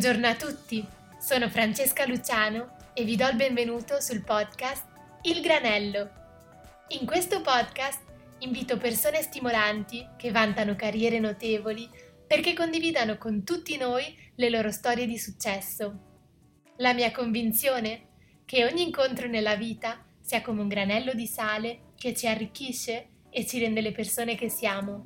Buongiorno a tutti, sono Francesca Luciano e vi do il benvenuto sul podcast Il Granello. In questo podcast invito persone stimolanti che vantano carriere notevoli perché condividano con tutti noi le loro storie di successo. La mia convinzione è che ogni incontro nella vita sia come un granello di sale che ci arricchisce e ci rende le persone che siamo.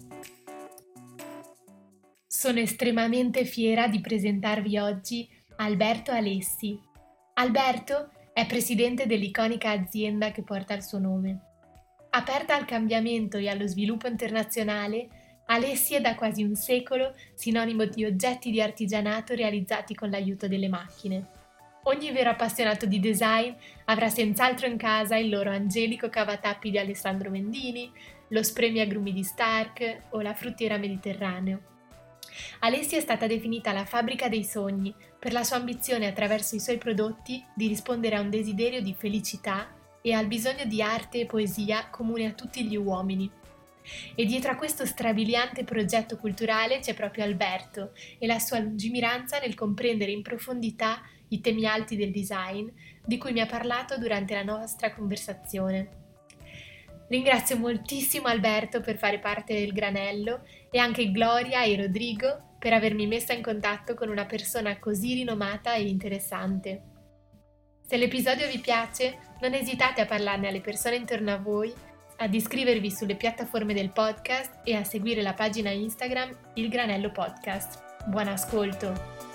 Sono estremamente fiera di presentarvi oggi Alberto Alessi. Alberto è presidente dell'iconica azienda che porta il suo nome. Aperta al cambiamento e allo sviluppo internazionale, Alessi è da quasi un secolo sinonimo di oggetti di artigianato realizzati con l'aiuto delle macchine. Ogni vero appassionato di design avrà senz'altro in casa il loro angelico cavatappi di Alessandro Mendini, lo spremiagrumi di Stark o la fruttiera Mediterraneo. Alessi è stata definita la fabbrica dei sogni per la sua ambizione attraverso i suoi prodotti di rispondere a un desiderio di felicità e al bisogno di arte e poesia comune a tutti gli uomini. E dietro a questo strabiliante progetto culturale c'è proprio Alberto e la sua lungimiranza nel comprendere in profondità i temi alti del design di cui mi ha parlato durante la nostra conversazione. Ringrazio moltissimo Alberto per fare parte del Granello e anche Gloria e Rodrigo per avermi messa in contatto con una persona così rinomata e interessante. Se l'episodio vi piace, non esitate a parlarne alle persone intorno a voi, ad iscrivervi sulle piattaforme del podcast e a seguire la pagina Instagram Il Granello Podcast. Buon ascolto!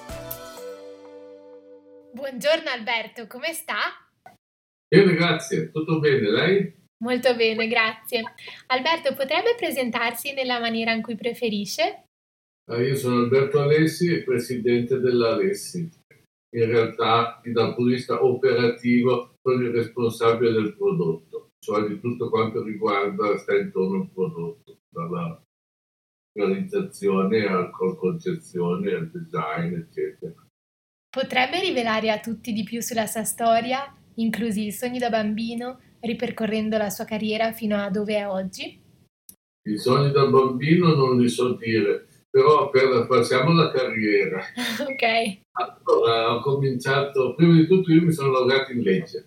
Buongiorno Alberto, come sta? Bene, grazie. Tutto bene, lei? Molto bene, grazie. Alberto, potrebbe presentarsi nella maniera in cui preferisce? Io sono Alberto Alessi, presidente dell'Alessi. In realtà, dal punto di vista operativo, sono il responsabile del prodotto, cioè di tutto quanto riguarda, sta intorno al prodotto, dalla realizzazione alla concezione, al design, eccetera. Potrebbe rivelare a tutti di più sulla sua storia, inclusi i sogni da bambino, ripercorrendo la sua carriera fino a dove è oggi? I sogni da bambino non li so dire, però passiamo alla carriera. Ok. Allora, ho cominciato, prima di tutto io mi sono laureato in legge,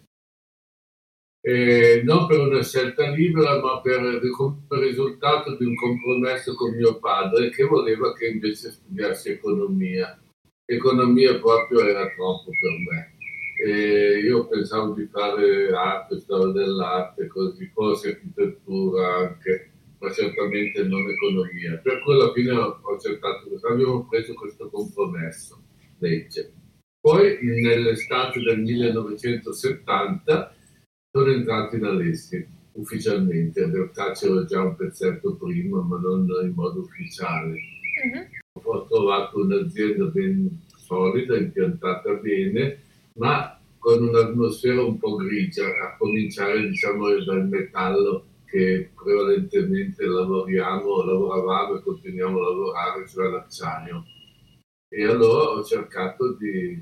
non per una scelta libera, ma come risultato di un compromesso con mio padre che voleva che invece studiassi economia. Economia proprio era troppo per me. Io pensavo di fare arte, storia dell'arte, così, forse architettura anche, ma certamente non economia. Per cui alla fine ho cercato, abbiamo preso questo compromesso, legge. Poi nell'estate del 1970 sono entrato in Alessi ufficialmente, in realtà c'ero già un pezzetto prima, ma non in modo ufficiale. Ho trovato un'azienda ben solida, impiantata bene, ma con un'atmosfera un po' grigia, a cominciare diciamo dal metallo che prevalentemente lavoravamo e continuiamo a lavorare, cioè l'acciaio. E allora ho cercato di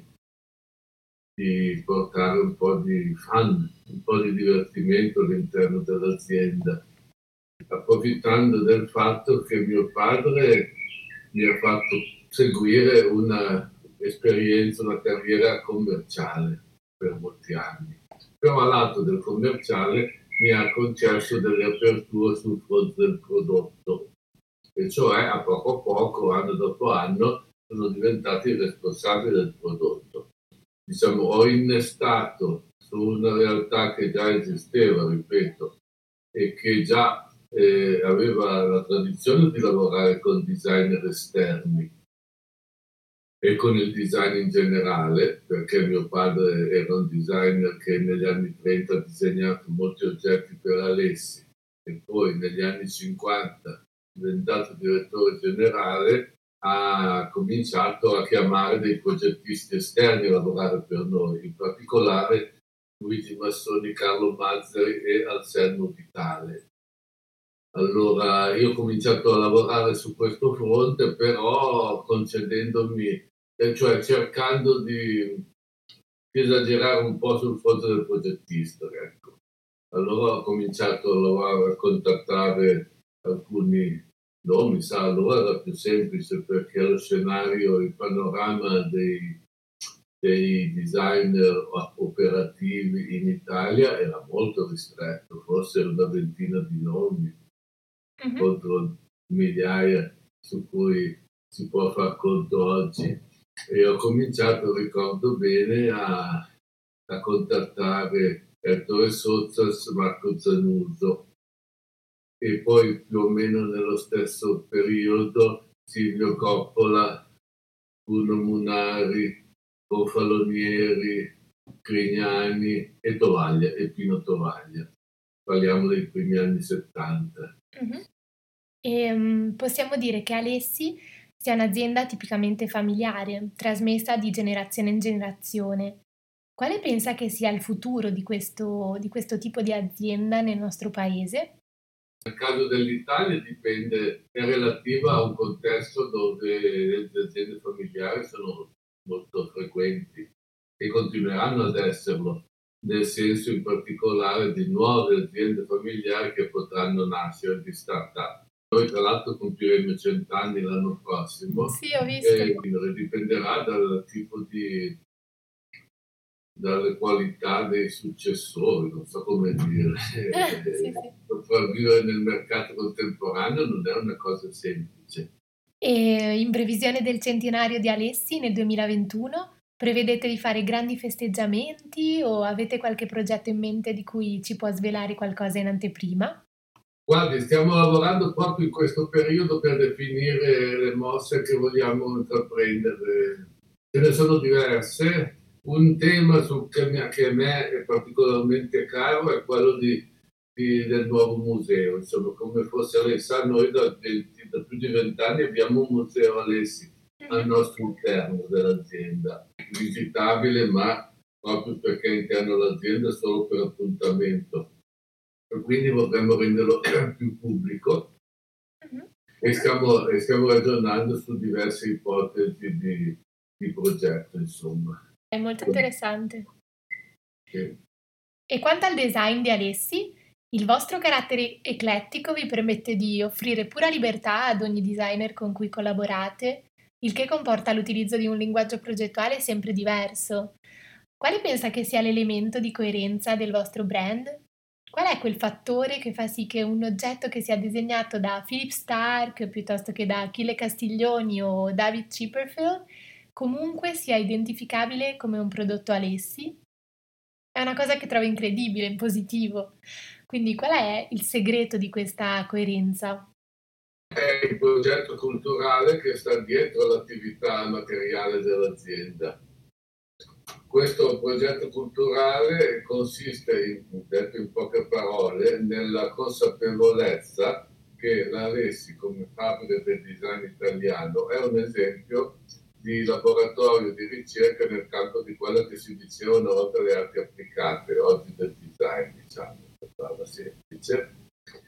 portare un po' di fun, un po' di divertimento all'interno dell'azienda, approfittando del fatto che mio padre mi ha fatto seguire un'esperienza, una carriera commerciale per molti anni. Però all'atto del commerciale mi ha concesso delle aperture sul fronte del prodotto, e cioè a poco, anno dopo anno, sono diventato il responsabile del prodotto. Diciamo, ho innestato su una realtà che già esisteva, ripeto, e che già aveva la tradizione di lavorare con designer esterni e con il design in generale, perché mio padre era un designer che negli anni 30 ha disegnato molti oggetti per Alessi e poi negli anni 50, diventato direttore generale, ha cominciato a chiamare dei progettisti esterni a lavorare per noi, in particolare Luigi Massoni, Carlo Mazzari e Anselmo Vitale. Allora io ho cominciato a lavorare su questo fronte, però concedendomi, cioè cercando di esagerare un po' sul fronte del progettista, ecco. Allora ho cominciato a contattare alcuni nomi, allora era più semplice perché lo scenario, il panorama dei dei designer operativi in Italia era molto ristretto, forse una ventina di nomi contro migliaia su cui si può far conto oggi. E ho cominciato, ricordo bene, a contattare Ettore Sozzas, Marco Zanuso e poi più o meno nello stesso periodo Silvio Coppola, Bruno Munari, Confalonieri, Grignani e Tovaglia, e Pino Tovaglia. Parliamo dei primi anni 70. Possiamo dire che Alessi sia un'azienda tipicamente familiare, trasmessa di generazione in generazione. Quale pensa che sia il futuro di questo tipo di azienda nel nostro paese? Nel caso dell'Italia dipende, è relativa a un contesto dove le aziende familiari sono molto frequenti e continueranno ad esserlo, nel senso in particolare di nuove aziende familiari che potranno nascere di start-up. Noi tra l'altro compiremo 100 anni l'anno prossimo. Sì, ho visto. E dipenderà dal tipo dalle qualità dei successori, non so come dire. Sì. Sopravvivere nel mercato contemporaneo non è una cosa semplice. E in previsione del centenario di Alessi nel 2021, prevedete di fare grandi festeggiamenti o avete qualche progetto in mente di cui ci può svelare qualcosa in anteprima? Guardi, stiamo lavorando proprio in questo periodo per definire le mosse che vogliamo intraprendere. Ce ne sono diverse. Un tema che a me è particolarmente caro è quello del nuovo museo. Insomma, come forse lei sa, noi da più di 20 anni abbiamo un museo Alessi al nostro interno dell'azienda, visitabile, ma proprio perché è interno all'azienda solo per appuntamento. E quindi vorremmo renderlo più pubblico e stiamo ragionando su diverse ipotesi di progetto, insomma. È molto interessante. Sì. E quanto al design di Alessi, il vostro carattere eclettico vi permette di offrire pura libertà ad ogni designer con cui collaborate, il che comporta l'utilizzo di un linguaggio progettuale sempre diverso. Quale pensa che sia l'elemento di coerenza del vostro brand? Qual è quel fattore che fa sì che un oggetto che sia disegnato da Philip Stark piuttosto che da Achille Castiglioni o David Chipperfield comunque sia identificabile come un prodotto Alessi? È una cosa che trovo incredibile, in positivo. Quindi qual è il segreto di questa coerenza? È il progetto culturale che sta dietro l'attività materiale dell'azienda. Questo progetto culturale consiste, detto in poche parole, nella consapevolezza che l'Alessi come fabbrica del design italiano è un esempio di laboratorio di ricerca nel campo di quello che si diceva una volta le arti applicate, oggi del design, diciamo, per farla semplice.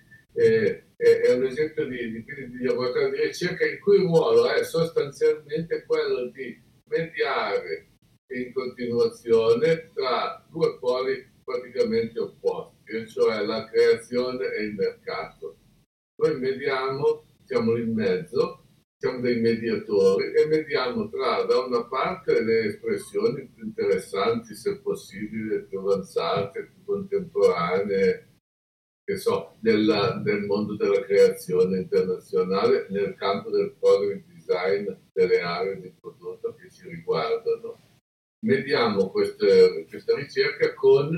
È un esempio di laboratorio di ricerca il cui ruolo è sostanzialmente quello di mediare in continuazione tra due poli praticamente opposti, cioè la creazione e il mercato. Noi mediamo, siamo lì in mezzo, siamo dei mediatori e mediamo tra, da una parte, le espressioni più interessanti, se possibile, più avanzate, più contemporanee, che so, del mondo della creazione internazionale nel campo del product design delle aree di prodotto che ci riguardano. Mediamo questa ricerca con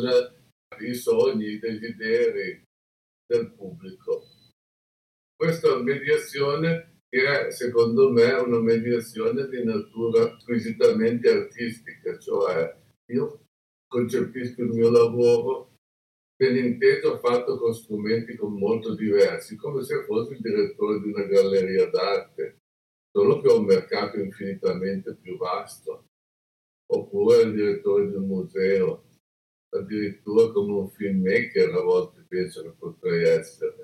i sogni, i desideri del pubblico. Questa mediazione è, secondo me, una mediazione di natura squisitamente artistica, cioè io concepisco il mio lavoro ben inteso fatto con strumenti molto diversi, come se fossi il direttore di una galleria d'arte, solo che ho un mercato infinitamente più vasto, oppure il direttore di un museo, addirittura come un filmmaker a volte penso che potrei essere.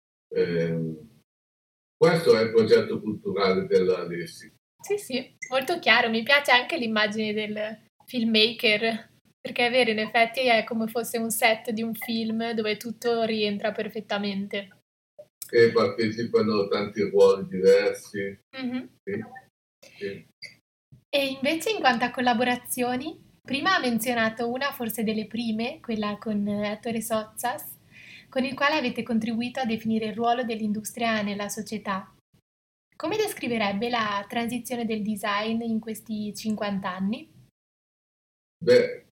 Questo è il progetto culturale dell'Alessi. Sì, molto chiaro. Mi piace anche l'immagine del filmmaker, perché è vero, in effetti è come fosse un set di un film dove tutto rientra perfettamente. E partecipano tanti ruoli diversi. Mm-hmm. Sì. E invece in quanto a collaborazioni, prima ha menzionato una forse delle prime, quella con Ettore Sozzas, con il quale avete contribuito a definire il ruolo dell'industria nella società. Come descriverebbe la transizione del design in questi 50 anni? Beh,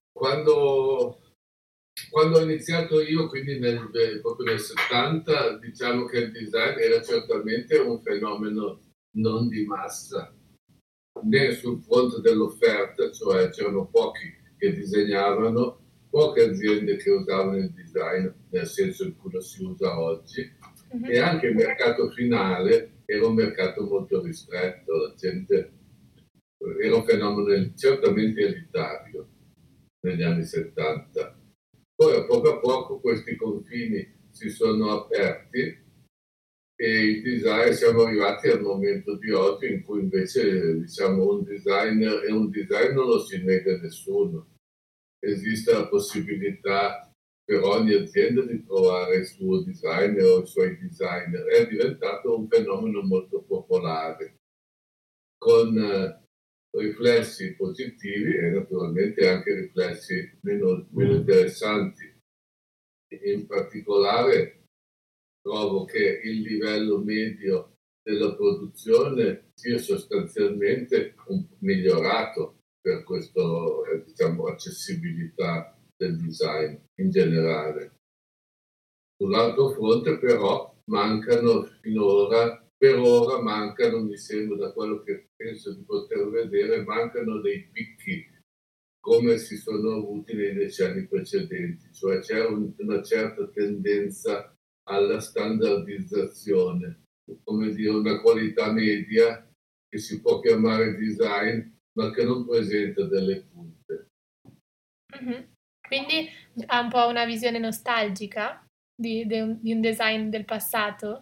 quando ho iniziato io, quindi proprio nel 70, diciamo che il design era certamente un fenomeno non di massa, né sul fronte dell'offerta, cioè c'erano pochi che disegnavano, poche aziende che usavano il design nel senso in cui lo si usa oggi, Mhm. e anche il mercato finale era un mercato molto ristretto, la gente era un fenomeno certamente elitario negli anni 70. Poi a poco questi confini si sono aperti e il design, siamo arrivati al momento di oggi in cui invece diciamo un designer e un design non lo si nega a nessuno. Esiste la possibilità per ogni azienda di trovare il suo designer o i suoi designer. È diventato un fenomeno molto popolare, con riflessi positivi e naturalmente anche riflessi meno interessanti. In particolare trovo che il livello medio della produzione sia sostanzialmente migliorato per questa diciamo, accessibilità del design in generale. Sull'altro fronte però mancano finora, per ora mancano, mi sembra da quello che penso di poter vedere, mancano dei picchi come si sono avuti nei decenni precedenti, cioè c'è una certa tendenza alla standardizzazione, come dire una qualità media che si può chiamare design, ma che non presenta delle punte. Mhm. Quindi ha un po' una visione nostalgica di un design del passato?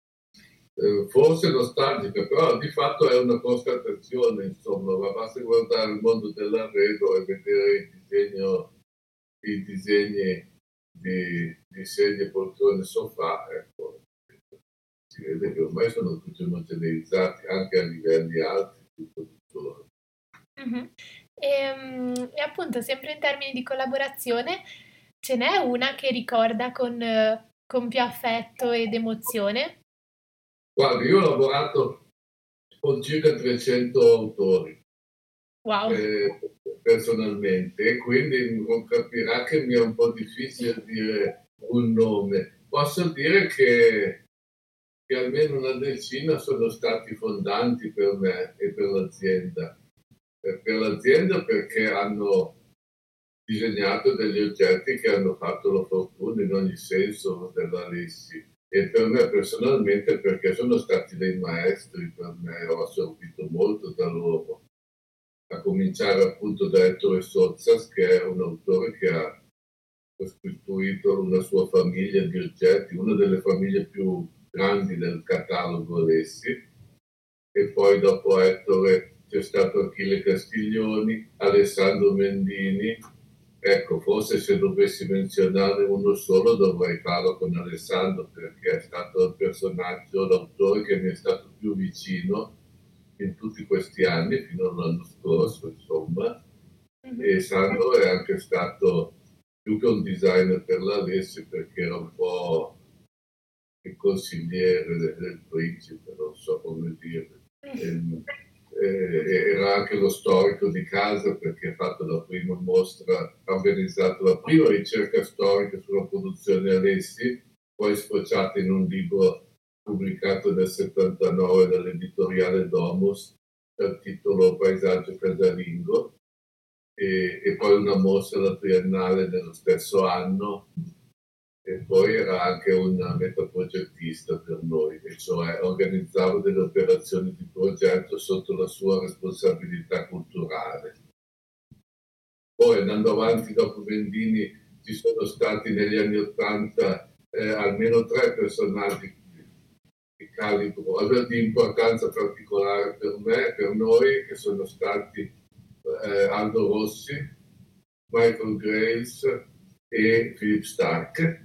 Forse nostalgica, però di fatto è una constatazione, insomma, basta guardare il mondo dell'arredo e vedere i disegni di sedie, poltrone, sofà, ecco, si vede che ormai sono tutti omogeneizzati anche a livelli alti di produzione. Mhm. E appunto, sempre in termini di collaborazione, ce n'è una che ricorda con più affetto ed emozione? Guarda, io ho lavorato con circa 300 autori Wow. eh, personalmente e quindi non capirà che mi è un po' difficile dire un nome. Posso dire che almeno una decina sono stati fondanti per me e per l'azienda. Per l'azienda perché hanno disegnato degli oggetti che hanno fatto la fortuna in ogni senso della Lessi e per me personalmente perché sono stati dei maestri per me, ho assorbito molto da loro, a cominciare appunto da Ettore Sozzas che è un autore che ha costituito una sua famiglia di oggetti, una delle famiglie più grandi del catalogo Lessi, e poi dopo Ettore c'è stato Achille Castiglioni, Alessandro Mendini. Ecco, forse se dovessi menzionare uno solo dovrei farlo con Alessandro perché è stato il personaggio, l'autore che mi è stato più vicino in tutti questi anni, fino all'anno scorso, insomma. Mhm. E Sandro è anche stato più che un designer per la Lessi perché era un po' il consigliere del principe, non so come dire. Ehm, era anche lo storico di casa perché ha fatto la prima mostra, ha organizzato la prima ricerca storica sulla produzione Alessi, poi sfociata in un libro pubblicato nel 79 dall'editoriale Domus dal titolo Paesaggio casalingo e poi una mostra alla Triennale nello stesso anno e poi era anche un metaprogettista per noi, e cioè organizzava delle operazioni di progetto sotto la sua responsabilità culturale. Poi andando avanti dopo Vendini ci sono stati negli anni Ottanta almeno 3 personaggi di calibro, di importanza particolare per me, per noi, che sono stati Aldo Rossi, Michael Graves e Philip Stark.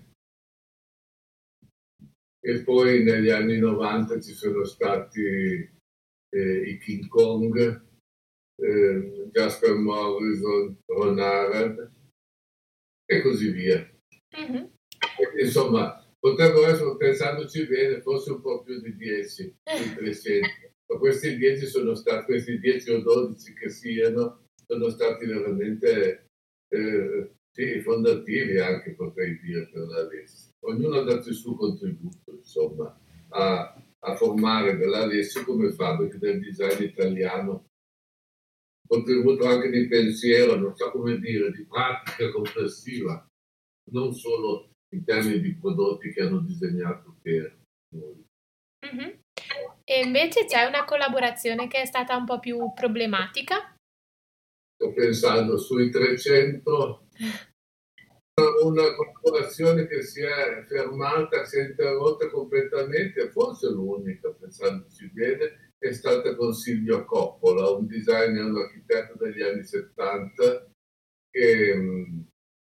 E poi negli anni 90 ci sono stati i King Kong Jasper Morrison, Ron Arad e così via. Mm-hmm. Insomma, potrebbero essere, pensandoci bene, forse un po' più di 10, di 300. Ma questi 10 sono stati, questi 10 o 12 che siano, sono stati veramente sì, fondativi anche, potrei dire, per la LESS. Ognuno ha dato il suo contributo, insomma, a formare della LESS come fabbrica del design italiano. Contributo anche di pensiero, non so come dire, di pratica complessiva, non solo in termini di prodotti che hanno disegnato per noi. Mm-hmm. E invece c'è una collaborazione che è stata un po' più problematica? Sto pensando sui 300, una collaborazione che si è fermata, si è interrotta completamente, forse l'unica, pensandoci bene, è stata con Silvio Coppola, un designer, un architetto degli anni 70 che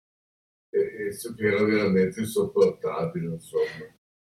era veramente insopportabile, insomma,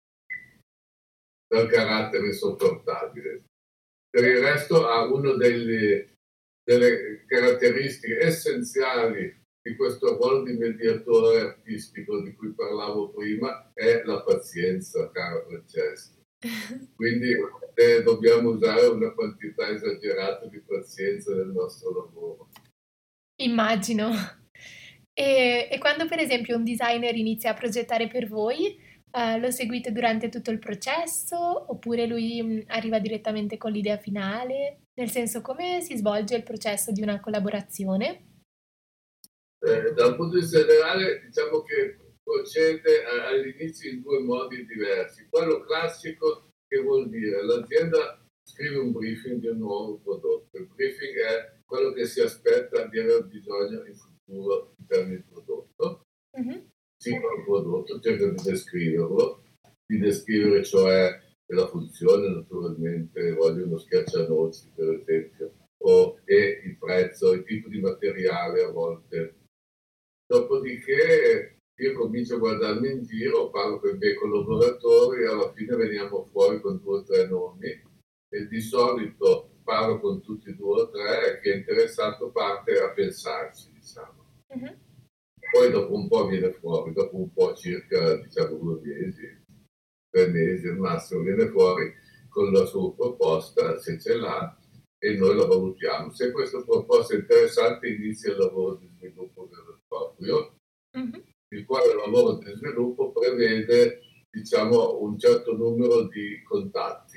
dal carattere insopportabile. Per il resto ha una delle caratteristiche essenziali di questo ruolo di mediatore artistico di cui parlavo prima, è la pazienza, caro Francesco. Quindi dobbiamo usare una quantità esagerata di pazienza nel nostro lavoro. Immagino. E quando per esempio un designer inizia a progettare per voi, lo seguite durante tutto il processo oppure lui arriva direttamente con l'idea finale? Nel senso, come si svolge il processo di una collaborazione? Dal punto di vista generale, diciamo che procede all'inizio in due modi diversi. Quello classico, che vuol dire l'azienda scrive un briefing di un nuovo prodotto. Il briefing è quello che si aspetta di aver bisogno in futuro in termini di prodotto. Mm-hmm. Si fa un prodotto, cerca di descrivere cioè la funzione, naturalmente, voglio uno schiaccianoci per esempio, e il prezzo, il tipo di materiale a volte. Dopodiché io comincio a guardarmi in giro, parlo con i miei collaboratori e alla fine veniamo fuori con 2 o 3 nomi e di solito parlo con tutti e 2 o 3 e chi è interessato parte a pensarci, diciamo. Mm-hmm. Poi dopo un po' viene fuori, dopo un po' circa, diciamo, 2 mesi, 3 mesi al massimo, viene fuori con la sua proposta, se ce l'ha, e noi la valutiamo. Se questa proposta è interessante, inizia il lavoro di sviluppo vero e proprio, Mm-hmm. il quale lavoro di sviluppo prevede, diciamo, un certo numero di contatti,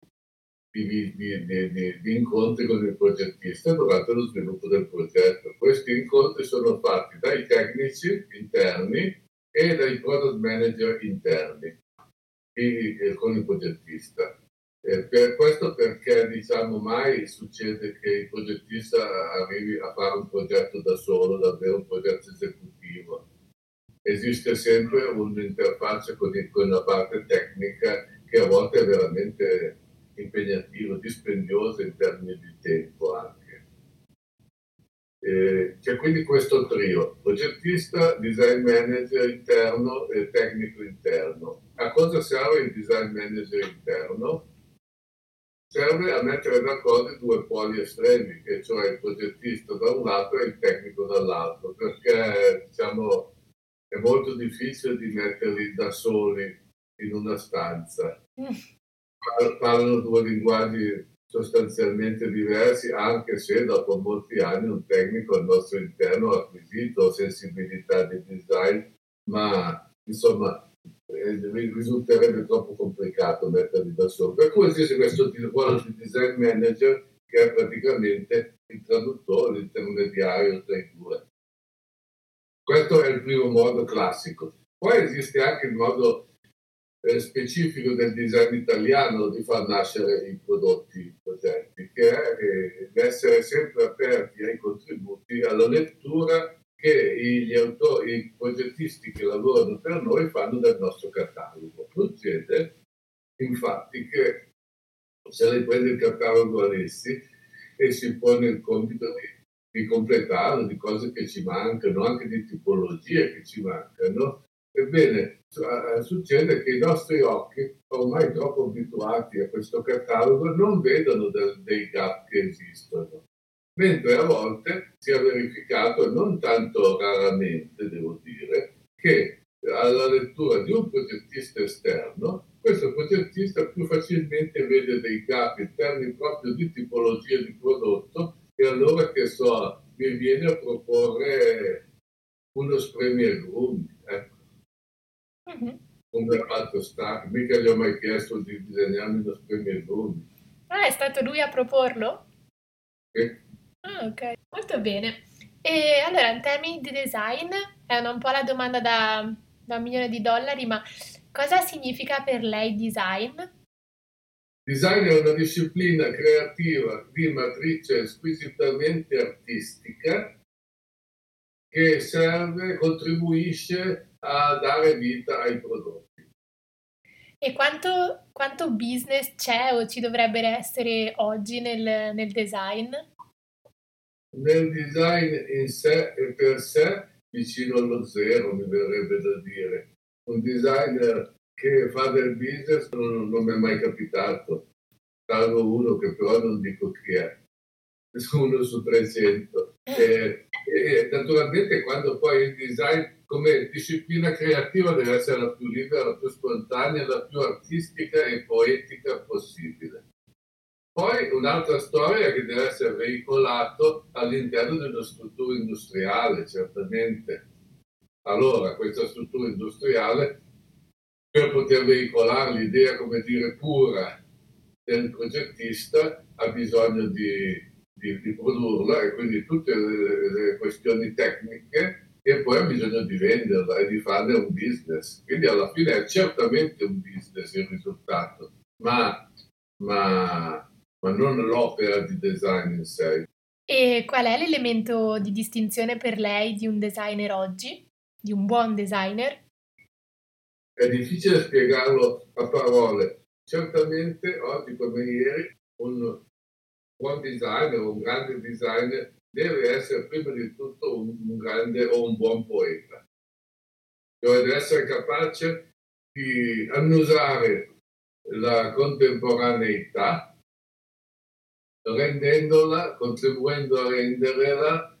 di incontri con il progettista durante lo sviluppo del progetto. Questi incontri sono fatti dai tecnici interni e dai product manager interni con il progettista. Per questo perché diciamo mai succede che il progettista arrivi a fare un progetto da solo, davvero un progetto esecutivo. Esiste sempre un'interfaccia con la parte tecnica che a volte è veramente impegnativo, dispendioso in termini di tempo anche. C'è quindi questo trio, progettista, design manager interno e tecnico interno. A cosa serve il design manager interno? Serve a mettere d'accordo i due poli estremi, che cioè il progettista da un lato e il tecnico dall'altro, perché diciamo, è molto difficile di metterli da soli in una stanza. Parlano due linguaggi sostanzialmente diversi, anche se dopo molti anni un tecnico al nostro interno ha acquisito sensibilità di design, ma insomma risulterebbe troppo complicato metterli da solo. Per cui esiste questo ruolo di design manager che è praticamente il traduttore, l'intermediario tra i due. Questo è il primo modo classico. Poi esiste anche il modo specifico del design italiano di far nascere i prodotti, i progetti, che è essere sempre aperti ai contributi, alla lettura che i progettisti che lavorano per noi fanno del nostro catalogo. Succede infatti che se lei prende il catalogo Alessi e si pone il compito di completarlo, di cose che ci mancano, anche di tipologie che ci mancano, ebbene, succede che i nostri occhi, ormai troppo abituati a questo catalogo, non vedono dei gap che esistono. mentre a volte si è verificato, non tanto raramente devo dire, che alla lettura di un progettista esterno, questo progettista più facilmente vede dei gap interni proprio di tipologia di prodotto e allora che so, mi viene a proporre uno spremiagrumi, ecco. Mhm. Come ha fatto Stark, mica gli ho mai chiesto di disegnarmi uno spremiagrumi. Ah, è stato lui a proporlo? E Ah, ok, molto bene. E allora, in termini di design, è un po' la domanda da $1 milione, ma cosa significa per lei design? design è una disciplina creativa di matrice squisitamente artistica che serve, contribuisce a dare vita ai prodotti. E quanto business c'è o ci dovrebbe essere oggi nel design? Nel design in sé e per sé, vicino allo zero, mi verrebbe da dire. Un designer che fa del business non mi è mai capitato, salvo uno che però non dico chi è, uno su 300. E naturalmente quando poi il design come disciplina creativa deve essere la più libera, la più spontanea, la più artistica e poetica possibile. Poi un'altra storia è che deve essere veicolato all'interno di una struttura industriale, certamente. Allora, questa struttura industriale, per poter veicolare l'idea, come dire, pura del progettista, ha bisogno di produrla e quindi tutte le questioni tecniche e poi ha bisogno di venderla e di farne un business. Quindi alla fine è certamente un business il risultato, ma ma non l'opera di design in sé. E qual è l'elemento di distinzione per lei di un designer oggi? Di un buon designer? È difficile spiegarlo a parole. Certamente oggi come ieri un buon designer, un grande designer deve essere prima di tutto un grande o un buon poeta. Deve essere capace di annusare la contemporaneità rendendola, contribuendo a renderla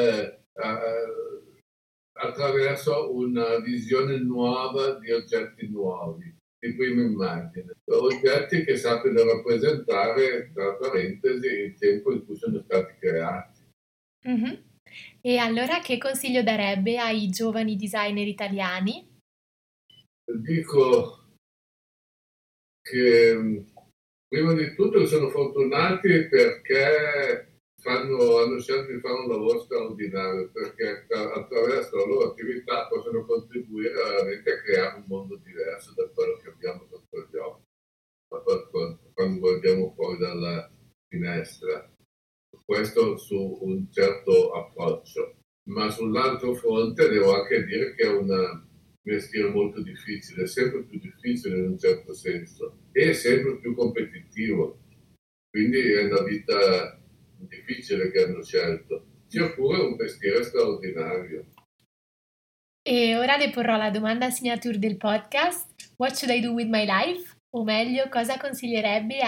attraverso una visione nuova di oggetti nuovi, di prima immagine. Oggetti che sappiano rappresentare, tra parentesi, il tempo in cui sono stati creati. Mhm. E allora che consiglio darebbe ai giovani designer italiani? Dico che prima di tutto sono fortunati perché hanno scelto di fare un lavoro straordinario, perché attraverso la loro attività possono contribuire veramente a creare un mondo diverso da quello che abbiamo sotto gli occhi, quando guardiamo fuori dalla finestra. Questo su un certo approccio. Ma sull'altro fronte devo anche dire che è un mestiere molto difficile, sempre più difficile in un certo senso e sempre più competitivo. Quindi è una vita difficile che hanno scelto, sia pure un mestiere straordinario. E ora le porrò la domanda signature del podcast: What should I do with my life? O meglio, cosa consiglierebbe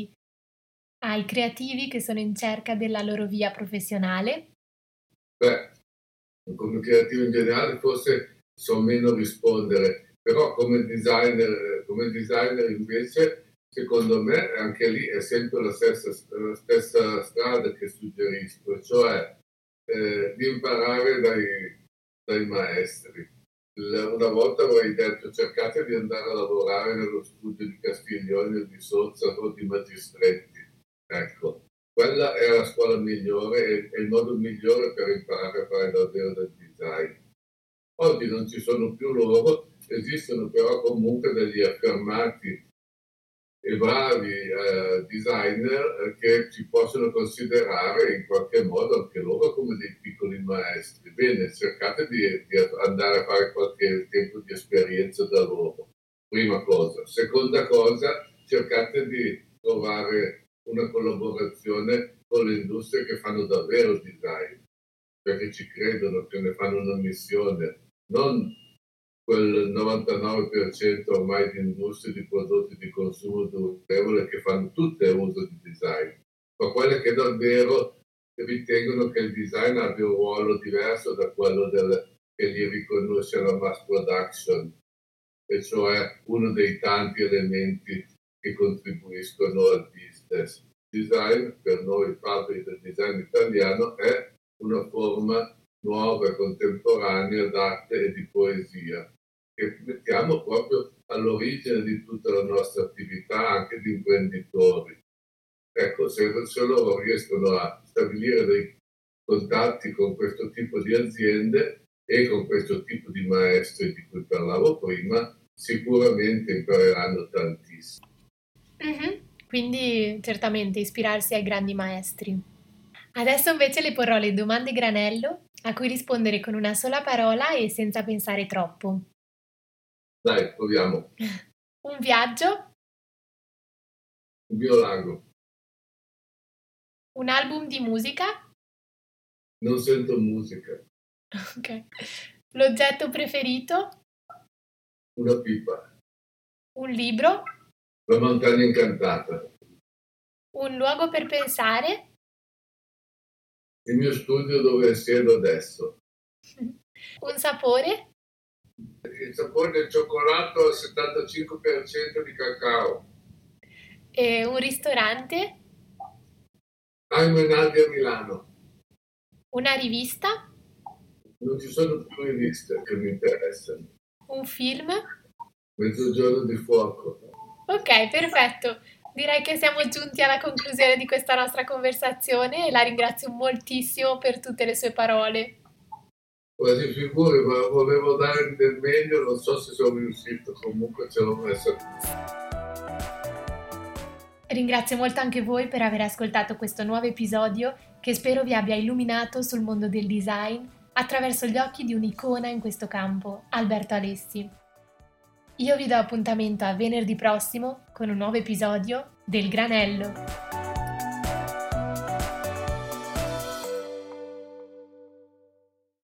ai creativi che sono in cerca della loro via professionale? Beh, come creativo in generale forse so meno rispondere, però come designer invece, secondo me anche lì è sempre la stessa strada che suggerisco, cioè di imparare dai maestri. Una volta avrei detto cercate di andare a lavorare nello studio di Castiglioni o di Sozza o di Magistretti. Ecco, quella è la scuola migliore, è il modo migliore per imparare a fare davvero del design. Oggi non ci sono più loro, esistono però comunque degli affermati e bravi designer che ci possono considerare in qualche modo anche loro come dei piccoli maestri. Bene, cercate di andare a fare qualche tempo di esperienza da loro, prima cosa. Seconda cosa, cercate di trovare una collaborazione con le industrie che fanno davvero design, perché ci credono, che ne fanno una missione, non quel 99% ormai di industrie di prodotti di consumo durevole che fanno tutte uso di design, ma quelle che davvero ritengono che il design abbia un ruolo diverso da quello che gli riconosce la mass production, e cioè uno dei tanti elementi che contribuiscono al business. Il design, per noi padri del design italiano, è una forma nuova e contemporanea d'arte e di poesia, che mettiamo proprio all'origine di tutta la nostra attività, anche di imprenditori. Ecco, se loro riescono a stabilire dei contatti con questo tipo di aziende e con questo tipo di maestri di cui parlavo prima, sicuramente impareranno tantissimo. Quindi certamente ispirarsi ai grandi maestri. Adesso invece le porrò le domande granello a cui rispondere con una sola parola e senza pensare troppo. Dai, proviamo. Un viaggio? Un biolago. Un album di musica? Non sento musica. Ok. L'oggetto preferito? Una pipa. Un libro? La montagna incantata. Un luogo per pensare? Il mio studio dove siedo adesso. Un sapore? Il sapore del cioccolato al 75% di cacao. E un ristorante? Menardi a Milano. Una rivista? Non ci sono più riviste che mi interessano. Un film? Mezzogiorno di fuoco. Ok, perfetto. Direi che siamo giunti alla conclusione di questa nostra conversazione e la ringrazio moltissimo per tutte le sue parole. Quasi figuri, ma volevo dare del meglio, non so se sono riuscito, comunque ce l'ho messa. Ringrazio molto anche voi per aver ascoltato questo nuovo episodio che spero vi abbia illuminato sul mondo del design attraverso gli occhi di un'icona in questo campo, Alberto Alessi. Io vi do appuntamento a venerdì prossimo con un nuovo episodio del Granello.